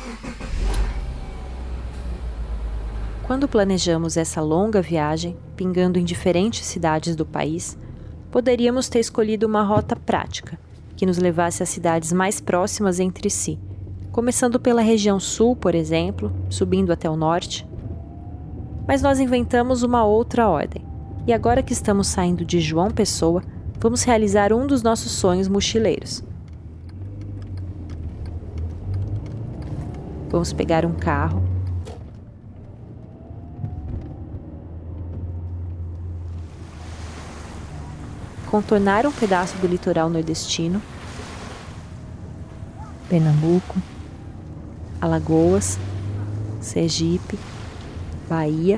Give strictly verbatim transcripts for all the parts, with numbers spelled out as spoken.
Quando planejamos essa longa viagem, pingando em diferentes cidades do país, poderíamos ter escolhido uma rota prática, que nos levasse às cidades mais próximas entre si, começando pela região sul, por exemplo, subindo até o norte. Mas nós inventamos uma outra ordem, e agora que estamos saindo de João Pessoa, vamos realizar um dos nossos sonhos mochileiros. Vamos pegar um carro, contornar um pedaço do litoral nordestino, Pernambuco, Alagoas, Sergipe, Bahia.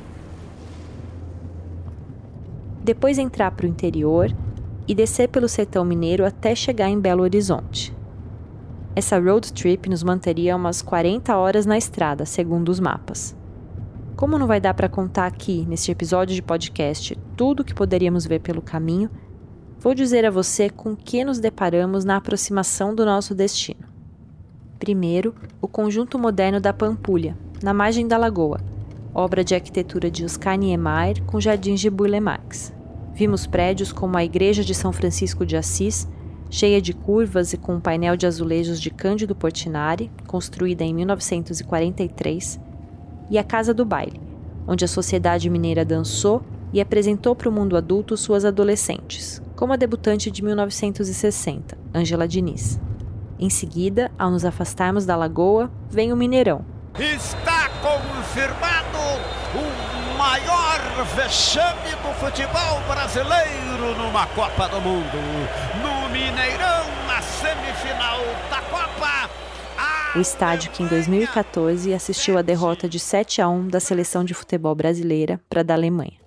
Depois entrar para o interior e descer pelo sertão mineiro até chegar em Belo Horizonte. Essa road trip nos manteria umas quarenta horas na estrada, segundo os mapas. Como não vai dar para contar aqui, neste episódio de podcast, tudo o que poderíamos ver pelo caminho, vou dizer a você com que nos deparamos na aproximação do nosso destino. Primeiro, o conjunto moderno da Pampulha, na margem da lagoa, obra de arquitetura de Oscar Niemeyer com jardins de Burle Marx. Vimos prédios como a Igreja de São Francisco de Assis, cheia de curvas e com um painel de azulejos de Cândido Portinari, construída em mil novecentos e quarenta e três, e a Casa do Baile, onde a sociedade mineira dançou e apresentou para o mundo adulto suas adolescentes, como a debutante de mil novecentos e sessenta, Ângela Diniz. Em seguida, ao nos afastarmos da lagoa, vem o Mineirão. Está confirmado o maior vexame do futebol brasileiro numa Copa do Mundo. No Mineirão, na semifinal da Copa. O estádio que em dois mil e quatorze assistiu a derrota de sete a um da seleção de futebol brasileira para a da Alemanha.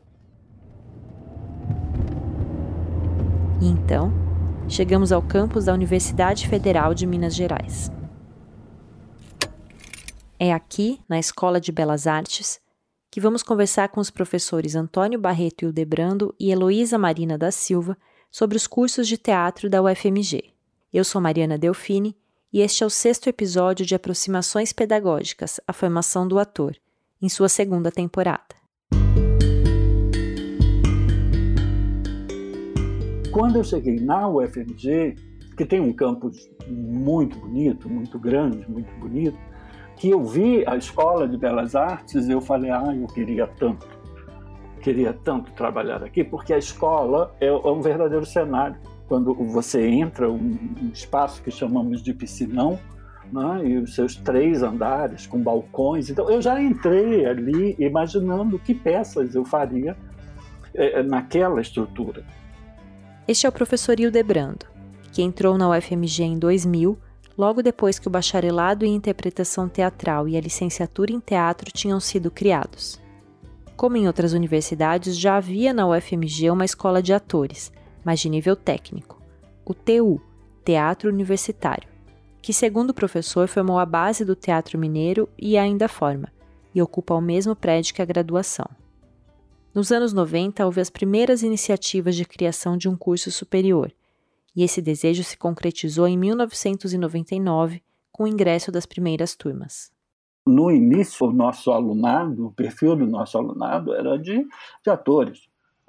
E então, chegamos ao campus da Universidade Federal de Minas Gerais. É aqui, na Escola de Belas Artes, que vamos conversar com os professores Antônio Barreto Hildebrando e Heloísa Marina da Silva sobre os cursos de teatro da U F M G. Eu sou Mariana Delfini e este é o sexto episódio de Aproximações Pedagógicas, a formação do ator, em sua segunda temporada. Quando eu cheguei na U F M G, que tem um campus muito bonito, muito grande, muito bonito, que eu vi a Escola de Belas Artes, eu falei, ah, eu queria tanto, queria tanto trabalhar aqui, porque a escola é um verdadeiro cenário. Quando você entra, um espaço que chamamos de piscinão, né, e os seus três andares com balcões, então eu já entrei ali imaginando que peças eu faria é, naquela estrutura. Este é o professor Hildebrando, que entrou na U F M G em dois mil, logo depois que o bacharelado em interpretação teatral e a licenciatura em teatro tinham sido criados. Como em outras universidades, já havia na U F M G uma escola de atores, mas de nível técnico, o T U, Teatro Universitário, que, segundo o professor, formou a base do Teatro Mineiro e ainda forma, e ocupa o mesmo prédio que a graduação. Nos anos noventa, houve as primeiras iniciativas de criação de um curso superior, e esse desejo se concretizou em mil novecentos e noventa e nove, com o ingresso das primeiras turmas. No início, o nosso alunado, o perfil do nosso alunado era de, de atores,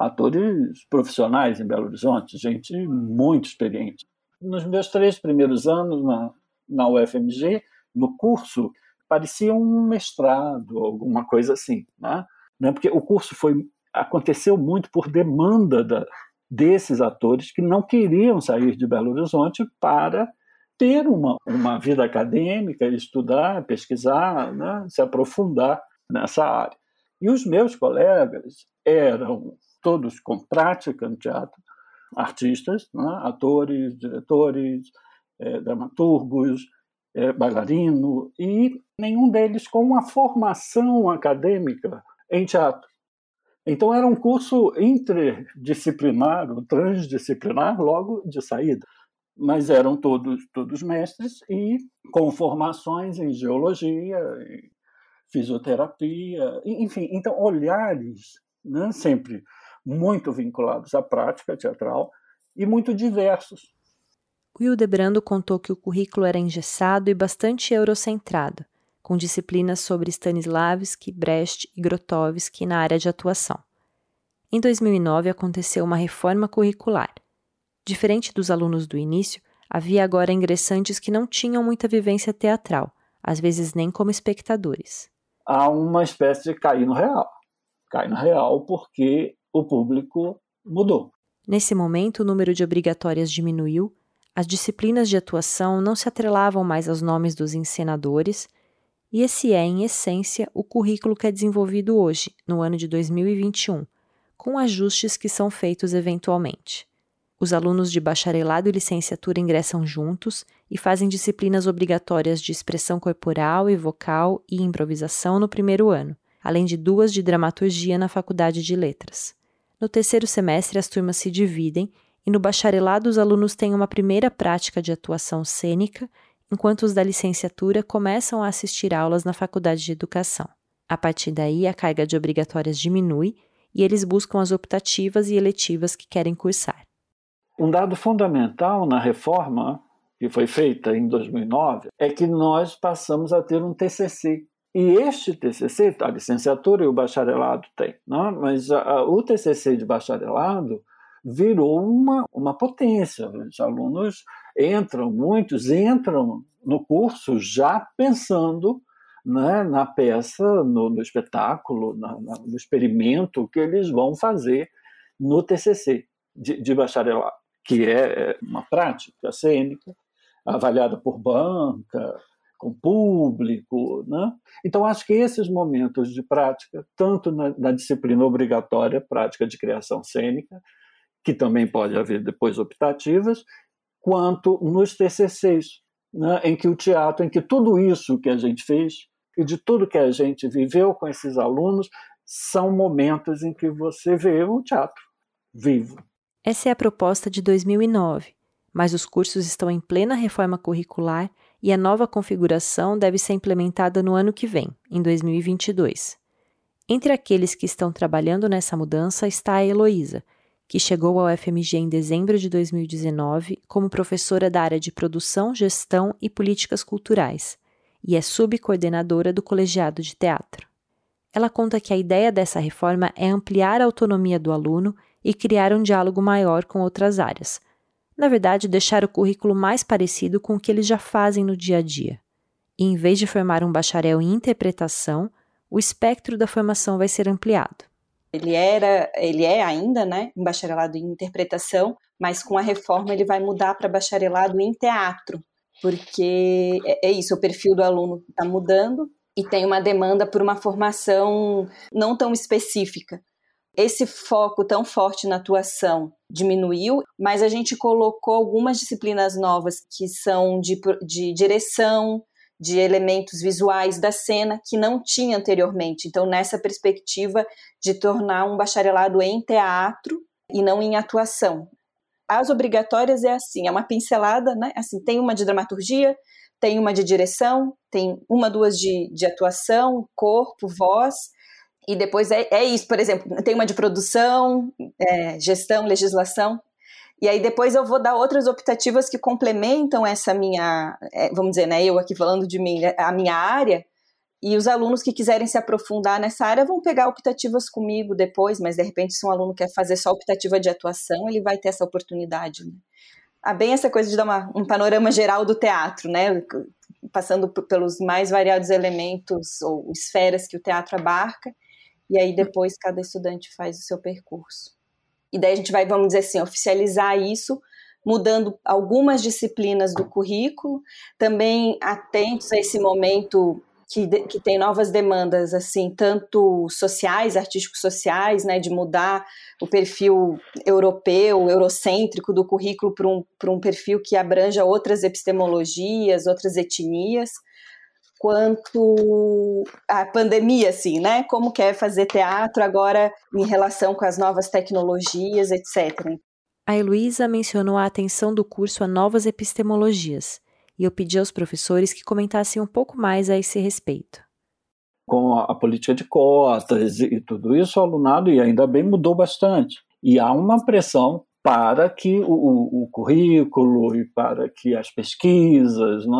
atores profissionais em Belo Horizonte, gente muito experiente. Nos meus três primeiros anos na, na U F M G, no curso, parecia um mestrado, alguma coisa assim, né? Porque o curso foi, aconteceu muito por demanda da, desses atores que não queriam sair de Belo Horizonte para ter uma, uma vida acadêmica, estudar, pesquisar, né, se aprofundar nessa área. E os meus colegas eram todos com prática no teatro, artistas, né, atores, diretores, eh, dramaturgos, eh, bailarino, e nenhum deles com uma formação acadêmica em teatro. Então era um curso interdisciplinar, ou transdisciplinar, logo de saída. Mas eram todos, todos mestres e com formações em geologia, em fisioterapia, enfim. Então, olhares, né, sempre muito vinculados à prática teatral e muito diversos. O Hildebrando contou que o currículo era engessado e bastante eurocentrado, com disciplinas sobre Stanislavski, Brecht e Grotowski na área de atuação. Em dois mil e nove aconteceu uma reforma curricular. Diferente dos alunos do início, havia agora ingressantes que não tinham muita vivência teatral, às vezes nem como espectadores. Há uma espécie de cair no real. Cai no real porque o público mudou. Nesse momento, o número de obrigatórias diminuiu, as disciplinas de atuação não se atrelavam mais aos nomes dos encenadores, e esse é, em essência, o currículo que é desenvolvido hoje, no ano de dois mil e vinte e um, com ajustes que são feitos eventualmente. Os alunos de bacharelado e licenciatura ingressam juntos e fazem disciplinas obrigatórias de expressão corporal e vocal e improvisação no primeiro ano, além de duas de dramaturgia na Faculdade de Letras. No terceiro semestre, as turmas se dividem e no bacharelado os alunos têm uma primeira prática de atuação cênica, enquanto os da licenciatura começam a assistir aulas na Faculdade de Educação. A partir daí, a carga de obrigatórias diminui e eles buscam as optativas e eletivas que querem cursar. Um dado fundamental na reforma que foi feita em dois mil e nove é que nós passamos a ter um T C C. E este T C C, a licenciatura e o bacharelado tem, não? Mas a, a, o T C C de bacharelado virou uma, uma potência. Os alunos entram, muitos entram no curso já pensando, né, na peça, no, no espetáculo, na, na, no experimento que eles vão fazer no T C C de, de bacharelado, que é uma prática cênica, avaliada por banca, com público, né? Então, acho que esses momentos de prática, tanto na, na disciplina obrigatória, prática de criação cênica, que também pode haver depois optativas, quanto nos T C Cs, né, em que o teatro, em que tudo isso que a gente fez e de tudo que a gente viveu com esses alunos são momentos em que você vê o teatro vivo. Essa é a proposta de dois mil e nove, mas os cursos estão em plena reforma curricular e a nova configuração deve ser implementada no ano que vem, em dois mil e vinte e dois. Entre aqueles que estão trabalhando nessa mudança está a Heloísa, que chegou ao F M G em dezembro de dois mil e dezenove como professora da área de Produção, Gestão e Políticas Culturais, e é subcoordenadora do Colegiado de Teatro. Ela conta que a ideia dessa reforma é ampliar a autonomia do aluno e criar um diálogo maior com outras áreas. Na verdade, deixar o currículo mais parecido com o que eles já fazem no dia a dia. E em vez de formar um bacharel em interpretação, o espectro da formação vai ser ampliado. Ele era, ele é ainda, né, um bacharelado em interpretação, mas com a reforma ele vai mudar para bacharelado em teatro, porque é, é isso, o perfil do aluno está mudando e tem uma demanda por uma formação não tão específica. Esse foco tão forte na atuação diminuiu, mas a gente colocou algumas disciplinas novas que são de, de direção, de elementos visuais da cena, que não tinha anteriormente. Então, nessa perspectiva de tornar um bacharelado em teatro e não em atuação. As obrigatórias é assim, é uma pincelada, né? Assim, tem uma de dramaturgia, tem uma de direção, tem uma, duas de, de atuação, corpo, voz, e depois é, é isso, por exemplo, tem uma de produção, é, gestão, legislação, e aí depois eu vou dar outras optativas que complementam essa minha, é, vamos dizer, né, eu aqui falando de mim, a minha área, e os alunos que quiserem se aprofundar nessa área vão pegar optativas comigo depois, mas de repente se um aluno quer fazer só optativa de atuação, ele vai ter essa oportunidade, né? Há bem essa coisa de dar uma, um panorama geral do teatro, né, passando p- pelos mais variados elementos ou esferas que o teatro abarca, e aí depois cada estudante faz o seu percurso. E daí a gente vai, vamos dizer assim, oficializar isso, mudando algumas disciplinas do currículo, também atentos a esse momento que, de, que tem novas demandas, assim, tanto sociais, artísticos sociais, né, de mudar o perfil europeu, eurocêntrico do currículo para um, para um perfil que abranja outras epistemologias, outras etnias, quanto a pandemia, assim, né? Como que é fazer teatro agora em relação com as novas tecnologias, etcétera. A Heloísa mencionou a atenção do curso a novas epistemologias, e eu pedi aos professores que comentassem um pouco mais a esse respeito. Com a, a política de cotas e, e tudo isso, o alunado, e ainda bem, mudou bastante. E há uma pressão para que o, o, o currículo e para que as pesquisas, né,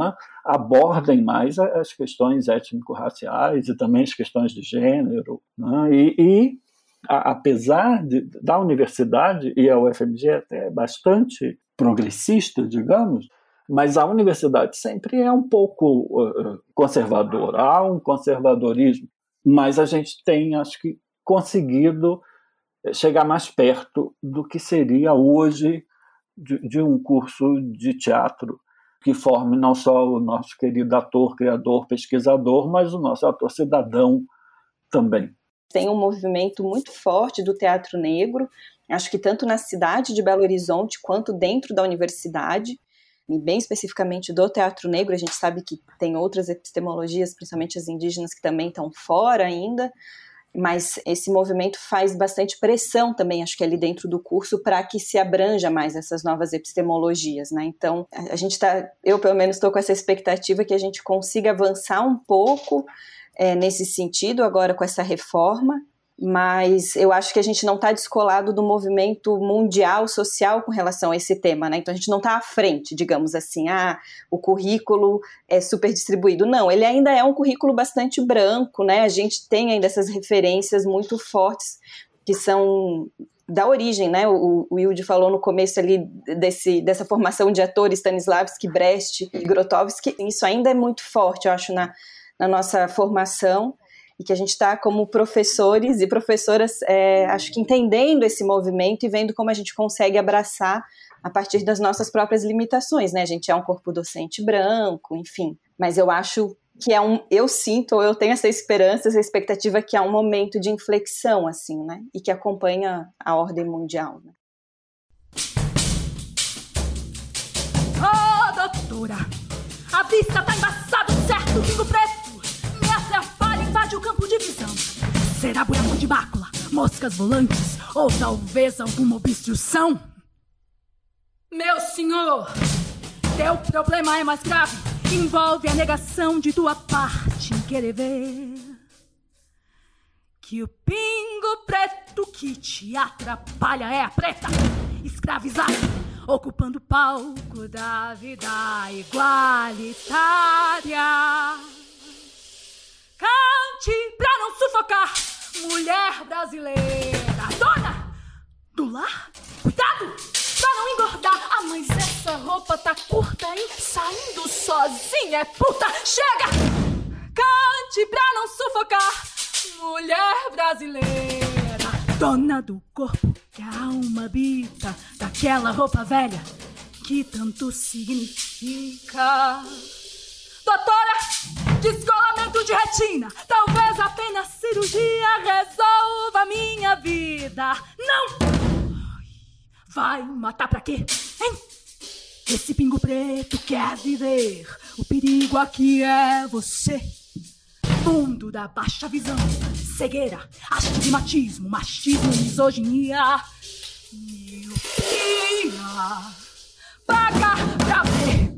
abordem mais as questões étnico-raciais e também as questões de gênero, né? E, e a, apesar de, da universidade, e a U F M G é até bastante progressista, digamos, mas a universidade sempre é um pouco uh, conservadora, há um conservadorismo, mas a gente tem, acho que, conseguido chegar mais perto do que seria hoje de, de um curso de teatro que forme não só o nosso querido ator, criador, pesquisador, mas o nosso ator cidadão também. Tem um movimento muito forte do teatro negro, acho que tanto na cidade de Belo Horizonte quanto dentro da universidade, e bem especificamente do teatro negro. A gente sabe que tem outras epistemologias, principalmente as indígenas, que também estão fora ainda, mas esse movimento faz bastante pressão também, acho que ali dentro do curso, para que se abranja mais essas novas epistemologias, né? Então, a gente está, eu pelo menos estou com essa expectativa que a gente consiga avançar um pouco é, nesse sentido agora com essa reforma, mas eu acho que a gente não está descolado do movimento mundial social com relação a esse tema, né? Então a gente não está à frente, digamos assim, ah, o currículo é super distribuído. Não, ele ainda é um currículo bastante branco, né? A gente tem ainda essas referências muito fortes que são da origem, né? O, o Wilde falou no começo ali desse, dessa formação de atores, Stanislavski, Brecht e Grotowski. Isso ainda é muito forte, eu acho, na, na nossa formação, e que a gente está como professores e professoras, é, acho que entendendo esse movimento e vendo como a gente consegue abraçar a partir das nossas próprias limitações, né? A gente é um corpo docente branco, enfim, mas eu acho que é um, eu sinto, ou eu tenho essa esperança, essa expectativa que é um momento de inflexão, assim, né? E que acompanha a ordem mundial, né? Ô, doutora, a vista tá embaçada, certo? Pingo preto me atrapalha, invade o campo de visão. Será buraco de bácula, moscas volantes ou talvez alguma obstrução? Meu senhor, teu problema é mais grave. Envolve a negação de tua parte em querer ver que o pingo preto que te atrapalha é a preta escravizada, ocupando o palco da vida igualitária. Cante pra não sufocar, mulher brasileira, dona do lar. Cuidado pra não engordar. Ah, mas essa roupa tá curta, hein? Saindo sozinha é puta. Chega! Cante pra não sufocar, mulher brasileira, dona do corpo que a alma habita, daquela roupa velha que tanto significa. Doutora, descolamento de retina, talvez apenas cirurgia resolva a minha vida. Não! Vai matar pra quê, hein? Esse pingo preto quer viver, o perigo aqui é você. Mundo da baixa visão, cegueira, astigmatismo, machismo, misoginia, miopia. Paga pra ver.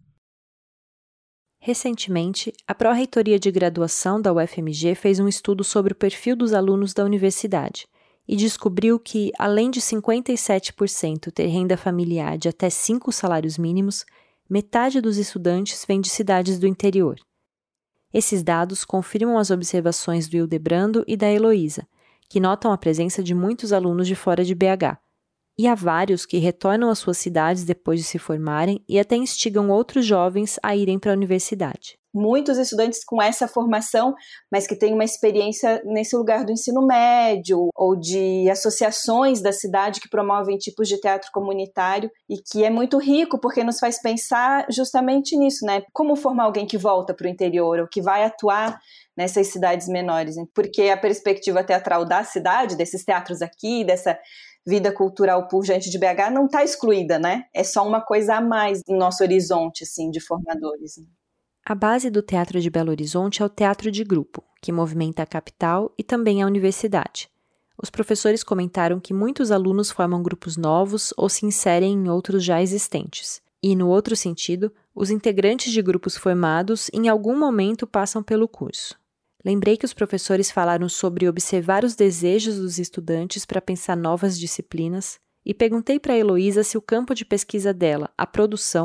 Recentemente, a Pró-Reitoria de Graduação da U F M G fez um estudo sobre o perfil dos alunos da universidade e descobriu que, além de cinquenta e sete por cento ter renda familiar de até cinco salários mínimos, metade dos estudantes vem de cidades do interior. Esses dados confirmam as observações do Hildebrando e da Heloísa, que notam a presença de muitos alunos de fora de B H. E há vários que retornam às suas cidades depois de se formarem e até instigam outros jovens a irem para a universidade. Muitos estudantes com essa formação, mas que têm uma experiência nesse lugar do ensino médio ou de associações da cidade que promovem tipos de teatro comunitário e que é muito rico porque nos faz pensar justamente nisso, né? Como formar alguém que volta para o interior ou que vai atuar nessas cidades menores, porque a perspectiva teatral da cidade, desses teatros aqui, dessa vida cultural pujante de B H não está excluída, né? É só uma coisa a mais no nosso horizonte, assim, de formadores. A base do Teatro de Belo Horizonte é o teatro de grupo, que movimenta a capital e também a universidade. Os professores comentaram que muitos alunos formam grupos novos ou se inserem em outros já existentes. E, no outro sentido, os integrantes de grupos formados em algum momento passam pelo curso. Lembrei que os professores falaram sobre observar os desejos dos estudantes para pensar novas disciplinas e perguntei para a Heloísa se o campo de pesquisa dela, a produção,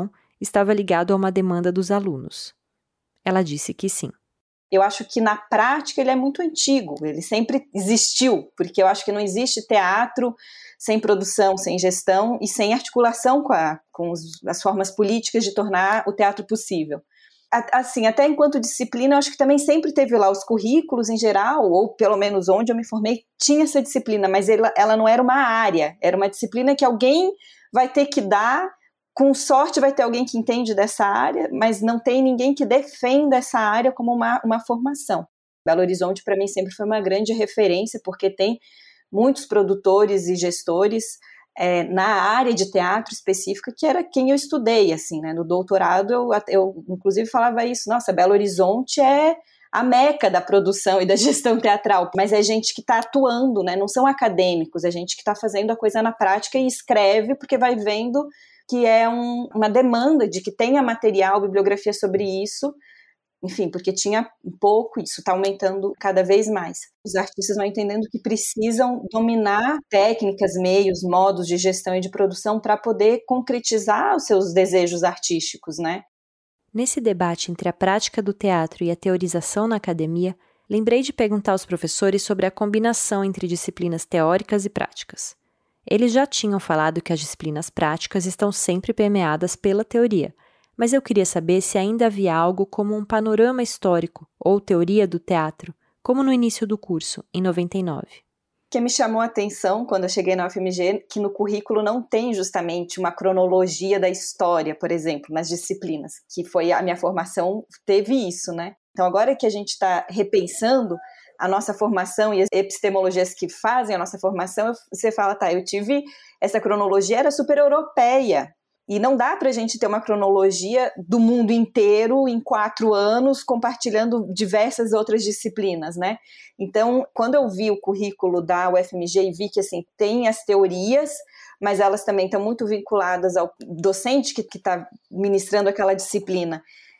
estava ligado a uma demanda dos alunos. Ela disse que sim. Eu acho que na prática ele é muito antigo, ele sempre existiu, porque eu acho que não existe teatro sem produção, sem gestão e sem articulação com, a, com os, as formas políticas de tornar o teatro possível. Assim, até enquanto disciplina, eu acho que também sempre teve lá os currículos em geral, ou pelo menos onde eu me formei, tinha essa disciplina, mas ela, ela não era uma área, era uma disciplina que alguém vai ter que dar, com sorte vai ter alguém que entende dessa área, mas não tem ninguém que defenda essa área como uma, uma formação. Belo Horizonte, para mim, sempre foi uma grande referência, porque tem muitos produtores e gestores é, na área de teatro específica, que era quem eu estudei, assim, né? No doutorado, eu, eu inclusive falava isso, nossa, Belo Horizonte é a meca da produção e da gestão teatral, mas é gente que está atuando, né? Não são acadêmicos, é gente que está fazendo a coisa na prática e escreve, porque vai vendo que é um, uma demanda de que tenha material, bibliografia sobre isso, enfim, porque tinha um pouco, isso está aumentando cada vez mais. Os artistas vão entendendo que precisam dominar técnicas, meios, modos de gestão e de produção para poder concretizar os seus desejos artísticos, né? Nesse debate entre a prática do teatro e a teorização na academia, lembrei de perguntar aos professores sobre a combinação entre disciplinas teóricas e práticas. Eles já tinham falado que as disciplinas práticas estão sempre permeadas pela teoria, mas eu queria saber se ainda havia algo como um panorama histórico ou teoria do teatro, como no início do curso, em noventa e nove. O que me chamou a atenção quando eu cheguei na U F M G, que no currículo não tem justamente uma cronologia da história, por exemplo, nas disciplinas, que foi a minha formação, teve isso, né? Então agora que a gente está repensando a nossa formação e as epistemologias que fazem a nossa formação, você fala, tá, eu tive, essa cronologia era super europeia, e não dá pra gente ter uma cronologia do mundo inteiro em quatro anos, compartilhando diversas outras disciplinas, né? Então, quando eu vi o currículo da U F M G e vi que, assim, tem as teorias, mas elas também estão muito vinculadas ao docente que está ministrando aquela disciplina,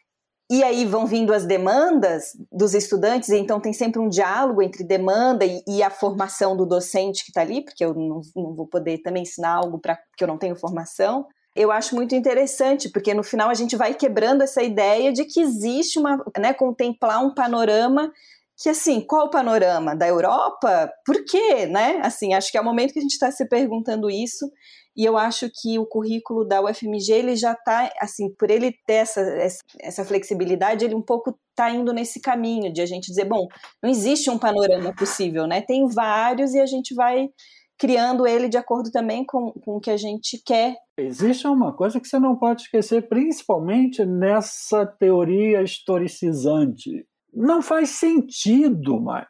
e aí vão vindo as demandas dos estudantes, e então tem sempre um diálogo entre demanda e, e a formação do docente que está ali, porque eu não, não vou poder também ensinar algo para que eu não tenho formação. Eu acho muito interessante, porque no final a gente vai quebrando essa ideia de que existe uma, né, contemplar um panorama que, assim, qual o panorama? Da Europa? Por quê, né? Assim, acho que é o momento que a gente está se perguntando isso, e eu acho que o currículo da U F M G, ele já está, assim, por ele ter essa, essa flexibilidade, ele um pouco está indo nesse caminho de a gente dizer, bom, não existe um panorama possível, né? Tem vários e a gente vai criando ele de acordo também com, com o que a gente quer. Existe uma coisa que você não pode esquecer, principalmente nessa teoria historicizante. Não faz sentido mais.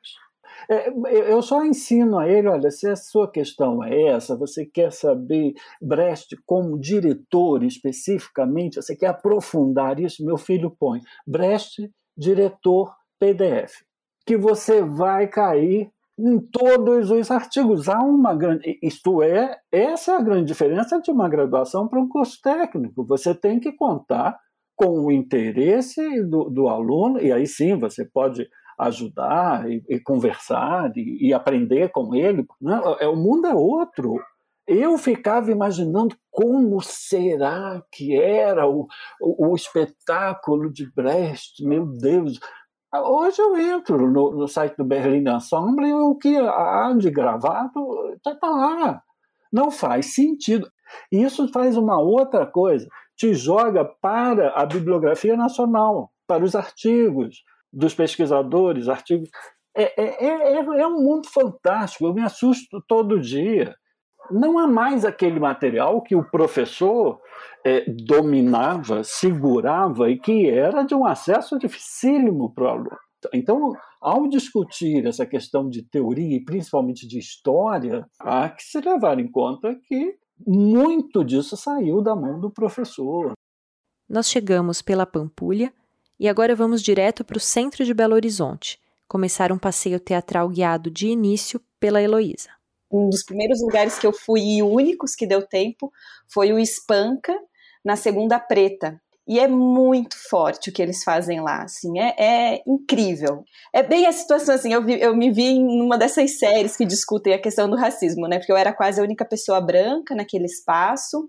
Eu só ensino a ele, olha, se a sua questão é essa, você quer saber Brecht como diretor especificamente, você quer aprofundar isso, meu filho põe Brecht, diretor P D F, que você vai cair em todos os artigos. Há uma grande, isto é, essa é a grande diferença de uma graduação para um curso técnico. Você tem que contar com o interesse do, do aluno, e aí sim você pode ajudar e, e conversar e, e aprender com ele. Não, é, o mundo é outro. Eu ficava imaginando como será que era o, o, o espetáculo de Brecht, meu Deus. Hoje eu entro no, no site do Berlin Ensemble e o que há de gravado está tá lá. Não faz sentido. E isso faz uma outra coisa, te joga para a bibliografia nacional, para os artigos dos pesquisadores, artigos. É, é, é, é um mundo fantástico, eu me assusto todo dia. Não há mais aquele material que o professor é, dominava, segurava e que era de um acesso dificílimo para o aluno. Então, ao discutir essa questão de teoria e principalmente de história, há que se levar em conta que muito disso saiu da mão do professor. Nós chegamos pela Pampulha e agora vamos direto para o centro de Belo Horizonte, começar um passeio teatral guiado de início pela Heloísa. Um dos primeiros lugares que eu fui e únicos que deu tempo foi o Espanca, na Segunda Preta. E é muito forte o que eles fazem lá, assim, é, é incrível. É bem a situação, assim, eu, vi, eu me vi em uma dessas séries que discutem a questão do racismo, né, porque eu era quase a única pessoa branca naquele espaço,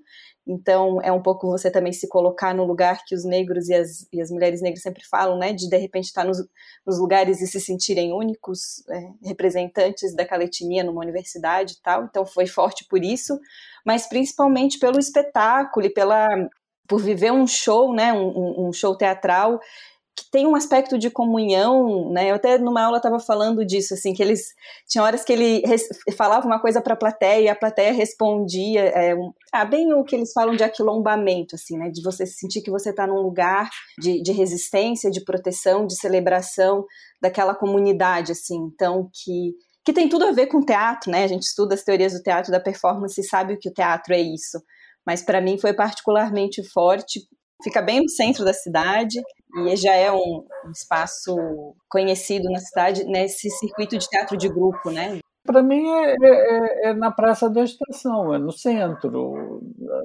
Então, é um pouco você também se colocar no lugar que os negros e as, e as mulheres negras sempre falam, né? De, de repente, estar nos, nos lugares e se sentirem únicos, é, representantes daquela etnia numa universidade e tal. Então, foi forte por isso, mas principalmente pelo espetáculo e pela, por viver um show, né? Um, um show teatral que tem um aspecto de comunhão, né? Eu até numa aula estava falando disso, assim, que eles tinha horas que ele res, falava uma coisa para a plateia e a plateia respondia, é, um, ah, bem o que eles falam de aquilombamento, assim, né? De você sentir que você está num lugar de, de resistência, de proteção, de celebração daquela comunidade, assim. Então, que que tem tudo a ver com teatro, né? A gente estuda as teorias do teatro, da performance, e sabe que o teatro é isso. Mas para mim foi particularmente forte. Fica bem no centro da cidade e já é um, um espaço conhecido na cidade nesse circuito de teatro de grupo, né? Para mim é, é, é na Praça da Estação, é no centro.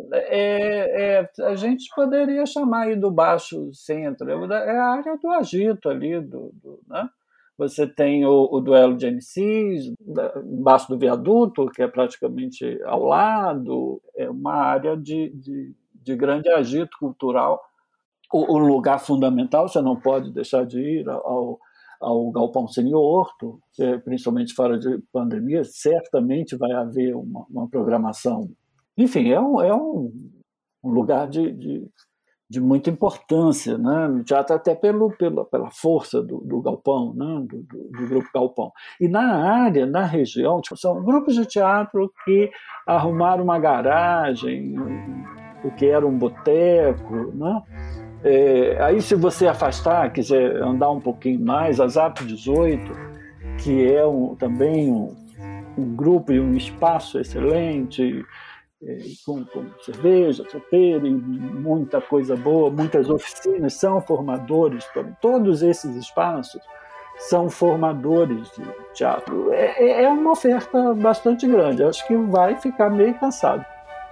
É, é, a gente poderia chamar aí do Baixo Centro, é a área do agito ali, do, do, né? Você tem o, o duelo de M Cs, embaixo do viaduto, que é praticamente ao lado, é uma área de, de, de grande agito cultural. O, o lugar fundamental, você não pode deixar de ir ao, ao Galpão Cine Horto, principalmente fora de pandemia, certamente vai haver uma, uma programação. Enfim, é um, é um, um lugar de... de de muita importância, né, no teatro, até pelo, pela, pela força do, do Galpão, né, do, do, do Grupo Galpão. E na área, na região, tipo, são grupos de teatro que arrumaram uma garagem, o que era um boteco, né? É, aí, se você afastar, quiser andar um pouquinho mais, a Zap dezoito, que é um, também um, um grupo e um espaço excelente, Com, com cerveja, tropeiro e muita coisa boa, muitas oficinas, são formadores, todos esses espaços são formadores de teatro. É, é uma oferta bastante grande, acho que vai ficar meio cansado.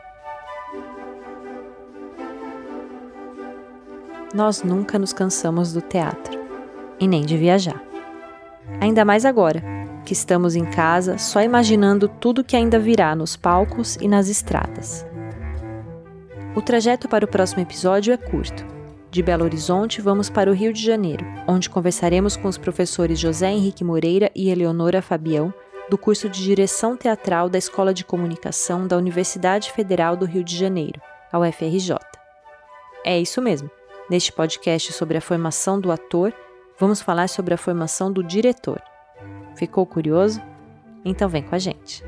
Nós nunca nos cansamos do teatro, e nem de viajar. Ainda mais agora, que estamos em casa só imaginando tudo que ainda virá nos palcos e nas estradas. O trajeto para o próximo episódio é curto. De Belo Horizonte, vamos para o Rio de Janeiro, onde conversaremos com os professores José Henrique Moreira e Eleonora Fabião, do curso de Direção Teatral da Escola de Comunicação da Universidade Federal do Rio de Janeiro, a U F R J. É isso mesmo. Neste podcast sobre a formação do ator, vamos falar sobre a formação do diretor. Ficou curioso? Então vem com a gente.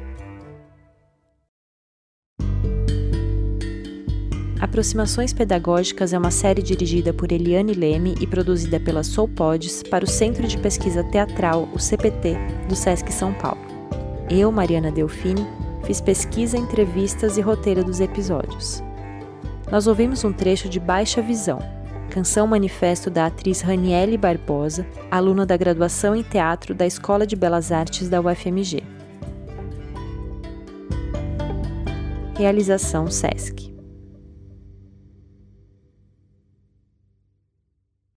Aproximações Pedagógicas é uma série dirigida por Eliane Leme e produzida pela Soulpods para o Centro de Pesquisa Teatral, o C P T, do Sesc São Paulo. Eu, Mariana Delfini, fiz pesquisa, entrevistas e roteiro dos episódios. Nós ouvimos um trecho de Baixa Visão, canção manifesto da atriz Raniele Barbosa, aluna da graduação em teatro da Escola de Belas Artes da U F M G. Realização Sesc.